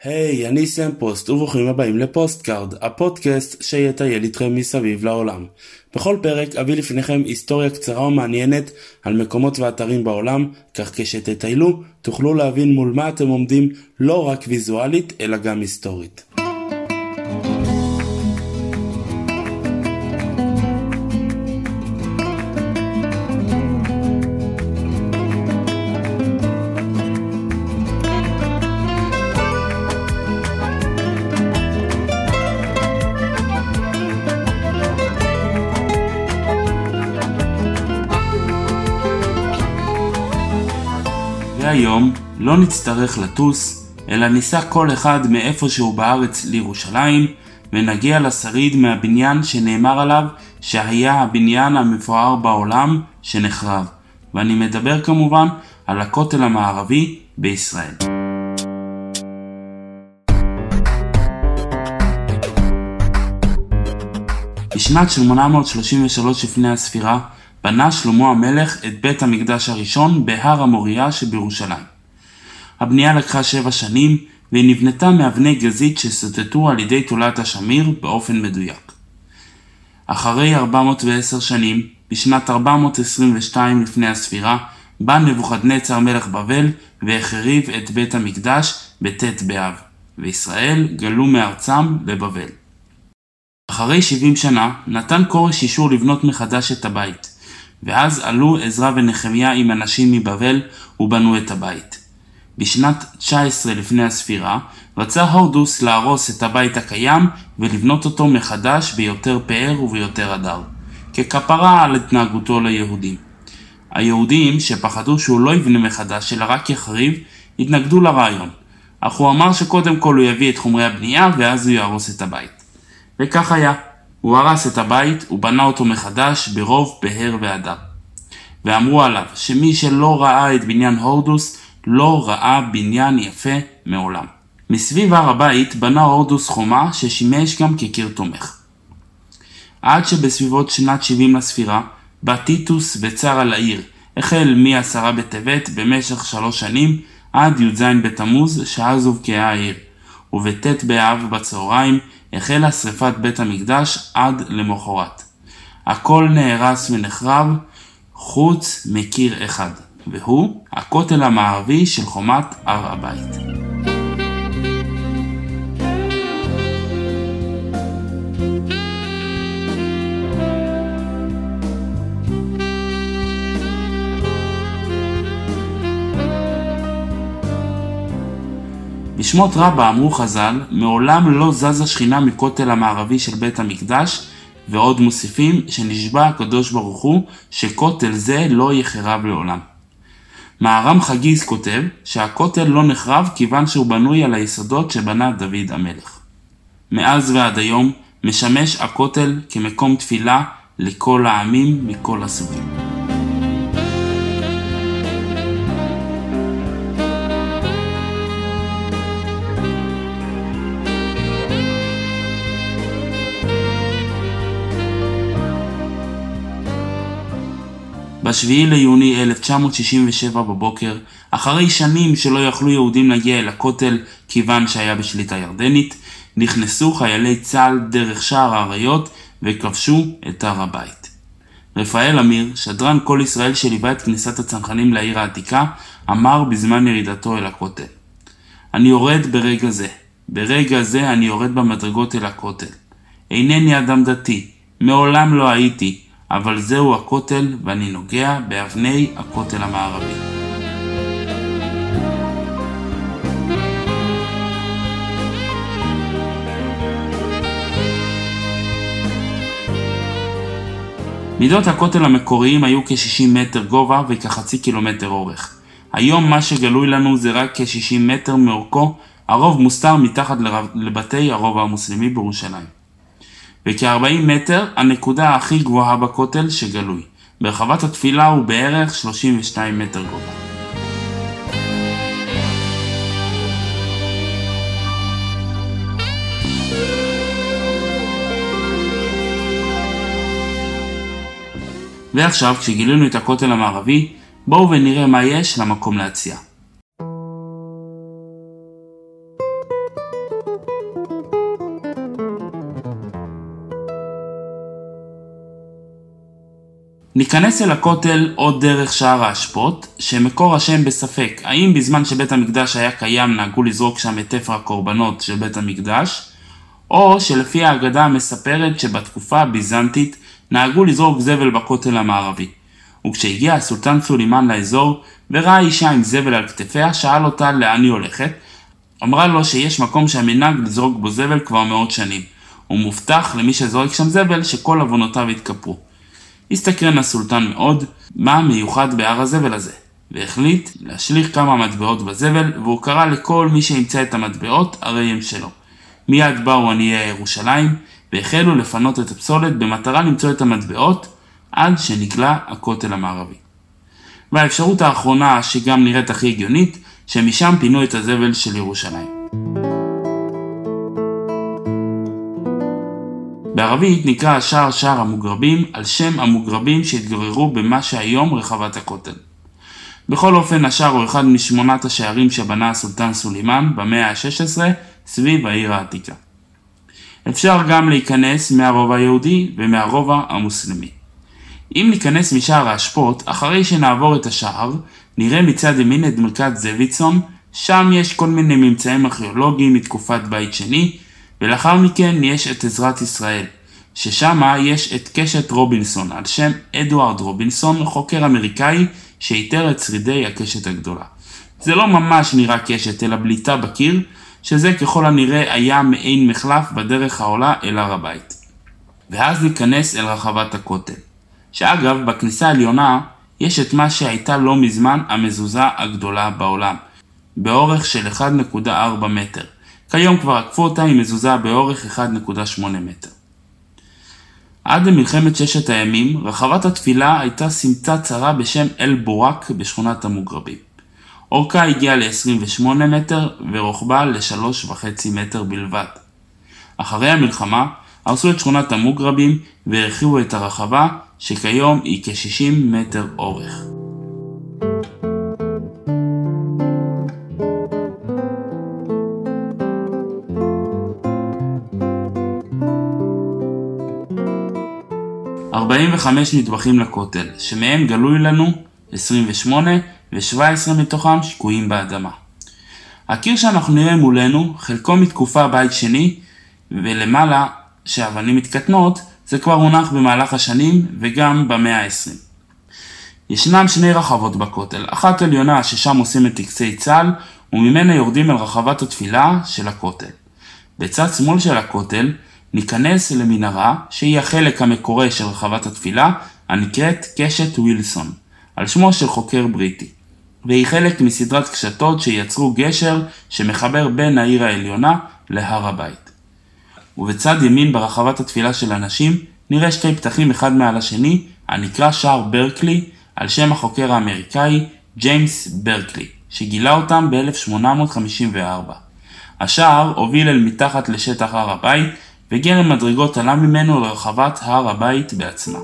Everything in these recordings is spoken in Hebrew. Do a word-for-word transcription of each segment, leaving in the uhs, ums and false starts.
היי, hey, אני סם פוסט וברוכים הבאים לפוסטקארד, הפודקאסט שיטייל איתכם מסביב לעולם. בכל פרק אביא לפניכם היסטוריה קצרה ומעניינת על מקומות ואתרים בעולם, כך כשתטיילו תוכלו להבין מול מה אתם עומדים לא רק ויזואלית אלא גם היסטורית. והיום לא נצטרך לטוס, אלא ניסע כל אחד מאיפשהו בארץ לירושלים, ונגיע לשריד מהבניין שנאמר עליו שהיה הבניין המפואר בעולם שנחרב. ואני מדבר כמובן על הכותל המערבי בישראל. בשנת שמונה מאות שלושים ושלוש לפני הספירה, בנה שלמה המלך את בית המקדש הראשון בהר המוריה שבירושלים. הבנייה לקחה שבע שנים, והיא נבנתה מאבני גזית שסוטטו על ידי תולעת השמיר באופן מדויק. אחרי ארבע מאות ועשר שנים, בשנת ארבע מאות עשרים ושתיים לפני הספירה, בא נבוכדנצר מלך בבל והחריב את בית המקדש בט' באב, וישראל גלו מארצם לבבל. אחרי שבעים שנה, נתן כורש אישור לבנות מחדש את הבית. ואז עלו עזרא ונחמיה עם אנשים מבבל ובנו את הבית. בשנת תשע עשרה לפני הספירה, רצה הורדוס להרוס את הבית הקיים ולבנות אותו מחדש ביותר פאר וביותר הדר, ככפרה על התנהגותו ליהודים. היהודים שפחדו שהוא לא יבנה מחדש אלא רק יחריב, התנגדו לרעיון, אך הוא אמר שקודם כל הוא יביא את חומרי הבנייה ואז הוא יהרוס את הבית. וכך היה. הוא הרס את הבית ובנה אותו מחדש ברוב פאר והדר. ואמרו עליו שמי שלא ראה את בניין הורדוס לא ראה בניין יפה מעולם. מסביב הר הבית בנה הורדוס חומה ששימש גם כקיר תומך. עד שבסביבות שנת שבעים לספירה בא טיטוס וצר על העיר, החל מעשרה בטבת במשך שלוש שנים עד י"ז בתמוז שאז הובקעה העיר, ובט' באב בצהריים החלה שריפת בית המקדש עד למחרת. הכל נהרס ונחרב חוץ מקיר אחד, והוא הכותל המערבי של חומת הר הבית. בשמות רבה אמרו חז"ל, מעולם לא זזה שכינה מכותל המערבי של בית המקדש, ועוד מוסיפים שנשבע הקדוש ברוך הוא שכותל זה לא יחרב לעולם. מהר"ם חגיז כותב שהכותל לא נחרב כיוון שהוא בנוי על היסודות שבנה דוד המלך. מאז ועד היום משמש הכותל כמקום תפילה לכל העמים מכל הסוגים. בשביעי ליוני אלף תשע מאות שישים ושבע בבוקר, אחרי שנים שלא יכלו יהודים להגיע אל הכותל כיוון שהיה בשליטה ירדנית, נכנסו חיילי צה"ל דרך שער האריות וכבשו את הר הבית. רפאל אמיר, שדרן כל ישראל שליווה את כניסת הצנחנים לעיר העתיקה, אמר בזמן ירידתו אל הכותל: אני יורד ברגע זה, ברגע זה אני יורד במדרגות אל הכותל. אינני אדם דתי, מעולם לא הייתי, אבל זהו הכותל ואני נוגע באבני הכותל המערבי. מידות הכותל המקוריים היו כ-שישים מטר גובה וכחצי קילומטר אורך. היום מה שגלוי לנו זה רק כ-שישים מטר מאורכו, הרוב מוסתר מתחת לבתי הרובע המוסלמי בירושלים. וכ-ארבעים מטר הנקודה הכי גבוהה בכותל שגלוי. ברחבת התפילה הוא בערך שלושים ושניים מטר גובה. ועכשיו כשגילינו את הכותל המערבי, בואו ונראה מה יש למקום להציע. ניכנס אל הכותל עוד דרך שער האשפות, שמקור השם בספק, האם בזמן שבית המקדש היה קיים נהגו לזרוק שם את תפר הקורבנות של בית המקדש, או שלפי האגדה המספרת שבתקופה הביזנטית נהגו לזרוק זבל בכותל המערבי. וכשהגיע הסולטן סולימן לאזור וראה אישה עם זבל על כתפיה, שאל אותה לאן היא הולכת. אמרה לו שיש מקום שהמנהג לזרוק בו זבל כבר מאות שנים, ומובטח למי שזורק שם זבל שכל עוונותיו יתכפרו. הסתקרן הסולטן מאוד מה מיוחד בהר הזבל הזה, והחליט להשליך כמה מטבעות בזבל, והוא קרא לכל מי שימצא את המטבעות הרי הם שלו. מיד באו עניי ירושלים והחלו לפנות את הפסולת במטרה למצוא את המטבעות עד שנגלה הכותל המערבי. והאפשרות האחרונה שגם נראית הכי הגיונית, שמשם פינו את הזבל של ירושלים. בערבית נקרא השער שער המוגרבים על שם המוגרבים שהתגוררו במה שהיום רחבת הכותל. בכל אופן השער הוא אחד משמונת השערים שבנה הסולטן סולימן במאה ה-שש עשרה סביב העיר העתיקה. אפשר גם להיכנס מהרובע היהודי ומהרובע המוסלמי. אם ניכנס משער האשפות, אחרי שנעבור את השער, נראה מצד ימין את מרכז זוויצון, שם יש כל מיני ממצאים ארכיאולוגיים מתקופת בית שני, ולאחר מכן יש את עזרת ישראל, ששם יש את קשת רובינסון, על שם אדוארד רובינסון, חוקר אמריקאי שאיתר את שרידי הקשת הגדולה. זה לא ממש נראה קשת, אלא בליטה בקיר, שזה ככל הנראה היה מעין מחלף בדרך העולה אל הר הבית. ואז ניכנס אל רחבת הכותל. שאגב, בכניסה העליונה יש את מה שהייתה לא מזמן המזוזה הגדולה בעולם, באורך של אחת נקודה ארבע מטר. כיום כבר עקפו אותה עם מזוזה באורך אחת נקודה שמונה מטר. עד למלחמת ששת הימים, רחבת התפילה הייתה סמטה צרה בשם אל בורק בשכונת המוגרבים. אורכה הגיעה ל-עשרים ושמונה מטר ורוחבה ל-שלוש וחצי מטר בלבד. אחרי המלחמה הרסו את שכונת המוגרבים והרחיבו את הרחבה שכיום היא כ-שישים מטר אורך. ארבעים וחמישה נטבחים לכותל, שמהם גלוי לנו עשרים ושמונה ו-שבע עשרה מתוכם שקועים באדמה. הקיר שאנחנו נראה מולנו, חלקו מתקופה בית שני, ולמעלה שהאבנים מתקטנות, זה כבר הונח במהלך השנים וגם במאה ה-עשרים. ישנם שני רחבות בכותל, אחת עליונה ששם עושים את טקסי צה"ל, וממנה יורדים אל רחבת התפילה של הכותל. בצד שמאל של הכותל ניכנס למנהרה שהיא החלק המקורי של רחבת התפילה, הנקראת קשת ווילסון, על שמו של חוקר בריטי, והיא חלק מסדרת קשתות שיצרו גשר שמחבר בין העיר העליונה להר הבית. ובצד ימין ברחבת התפילה של אנשים נראה שתי פתחים אחד מעל השני, הנקרא שער ברקלי, על שם החוקר האמריקאי ג'יימס ברקלי, שגילה אותם ב-אלף שמונה מאות חמישים וארבע. השער הוביל אל מתחת לשטח הר הבית, וגרם מדרגות עלה ממנו לרחבת הר הבית בעצמה.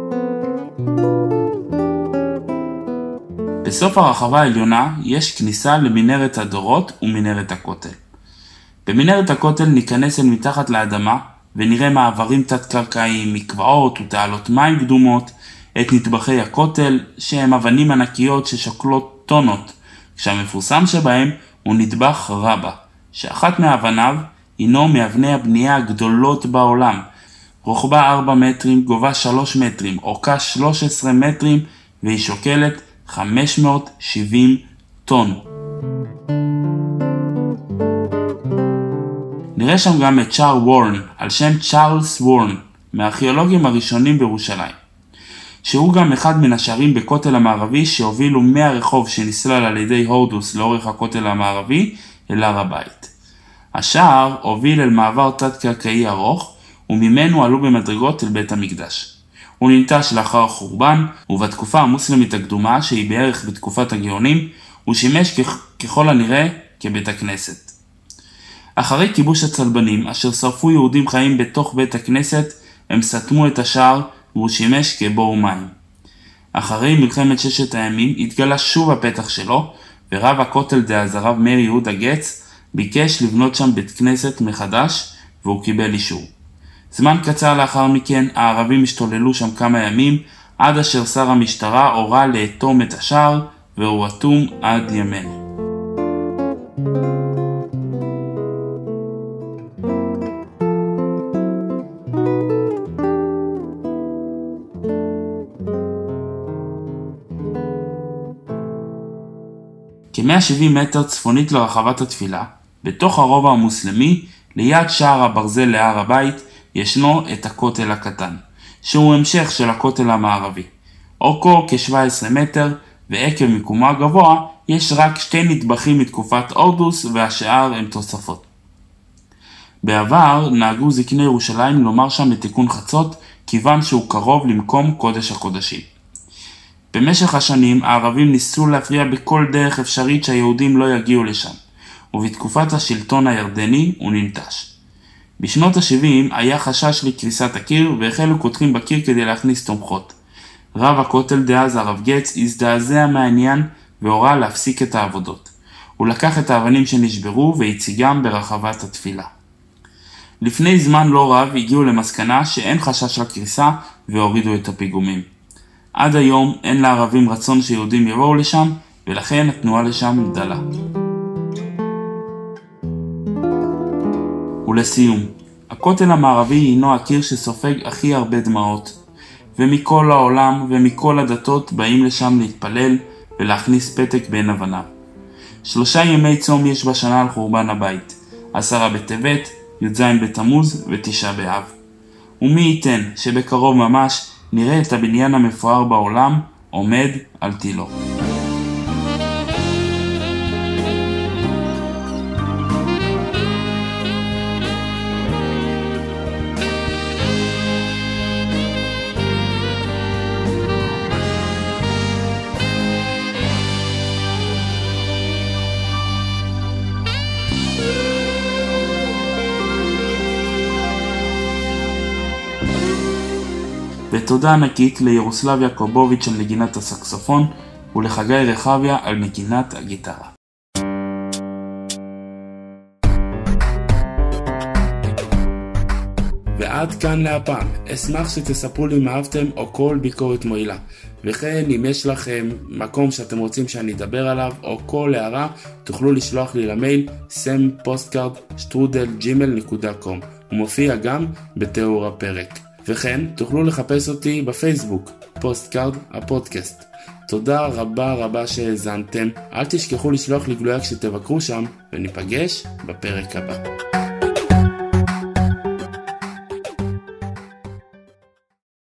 בסוף הרחבה העליונה יש כניסה למנהרת הדורות ומנהרת הכותל. במנהרת הכותל ניכנס אל מתחת לאדמה ונראה מעברים תת-קרקעיים, מקוואות ותעלות מים קדומות, את נטבחי הכותל שהם אבנים ענקיות ששוקלות טונות, כשהמפורסם שבהם הוא נטבח רבה, שאחת מאבניו הינו מאבני הבנייה הגדולות בעולם, רוחבה ארבע מטרים, גובה שלוש מטרים, אורכה שלושה עשר מטרים, והיא שוקלת חמש מאות שבעים טון. נראה שם גם את שער וורן, על שם צ'ארלס וורן, מהארכיאולוגים הראשונים בירושלים, שהוא גם אחד מן השערים בכותל המערבי שהובילו מהרחוב שנסלל על ידי הורדוס לאורך הכותל המערבי אל הר הבית. השער הוביל אל מעבר תת-קרקעי ארוך, וממנו עלו במדרגות אל בית המקדש. הוא ננטש לאחר החורבן, ובתקופה המוסלמית הקדומה, שהיא בערך בתקופת הגאונים, הוא שימש ככל הנראה כבית הכנסת. אחרי כיבוש הצלבנים, אשר שרפו יהודים חיים בתוך בית הכנסת, הם סתמו את השער, והוא שימש כבור מים. אחרי מלחמת ששת הימים, התגלה שוב הפתח שלו, ורב הכותל דאז הרב מאיר יהודה גץ, ביקש לבנות שם בית כנסת מחדש, והוא קיבל אישור. זמן קצר לאחר מכן, הערבים השתוללו שם כמה ימים, עד אשר שר המשטרה הורה לאטום את השער, והוא אטום עד ימינו. כ-מאה ושבעים מטר צפונית לרחבת התפילה, בתוך הרובע המוסלמי, ליד שער הברזל להר הבית, ישנו את הכותל הקטן, שהוא המשך של הכותל המערבי. אורכו כ-שבע עשרה מטר, ועקב מיקומו הגבוה, יש רק שתי נטבחים מתקופת הורדוס, והשאר הם תוספות. בעבר נהגו זקני ירושלים לומר שם בתיקון חצות, כיוון שהוא קרוב למקום קודש הקודשים. במשך השנים הערבים ניסו להפריע בכל דרך אפשרית שהיהודים לא יגיעו לשם, ובתקופת השלטון הירדני הוא ננטש. בשנות ה-שבעים היה חשש לקריסת הקיר, והחלו קודחים בקיר כדי להכניס תומכות. רב הכותל דאז הרב גץ הזדעזע מהעניין והורה להפסיק את העבודות. הוא לקח את האבנים שנשברו והציגם ברחבת התפילה. לפני זמן לא רב הגיעו למסקנה שאין חשש לקריסה והורידו את הפיגומים. עד היום אין לערבים רצון שיהודים יבואו לשם, ולכן התנועה לשם דלה. ולסיום, הכותל המערבי הינו הקיר שסופג הכי הרבה דמעות, ומכל העולם ומכל הדתות באים לשם להתפלל ולהכניס פתק בין אבניו. שלושה ימי צום יש בשנה על חורבן הבית, עשרה בטבת, י"ז בתמוז ותשעה באב. ומי ייתן שבקרוב ממש נראה את הבניין המפואר בעולם עומד על תילו. ותודה ענקית לירוסלב יעקובוביץ' על נגינת הסקסופון, ולחגי רחביה על נגינת הגיטרה. ועד כאן להפעם. אשמח שתספרו לי אם אהבתם או כל ביקורת מועילה. וכן, אם יש לכם מקום שאתם רוצים שאני אדבר עליו או כל הערה, תוכלו לשלוח לי למייל סם פוסטקארד שטרודל ג'ימייל נקודה קום. הוא מופיע גם בתיאור הפרק. וכן, תוכלו לחפש אותי בפייסבוק, פוסטקארד הפודקאסט. תודה רבה רבה שהאזנתם. אל תשכחו לשלוח לי גלויה כשתבקרו שם, וניפגש בפרק הבא.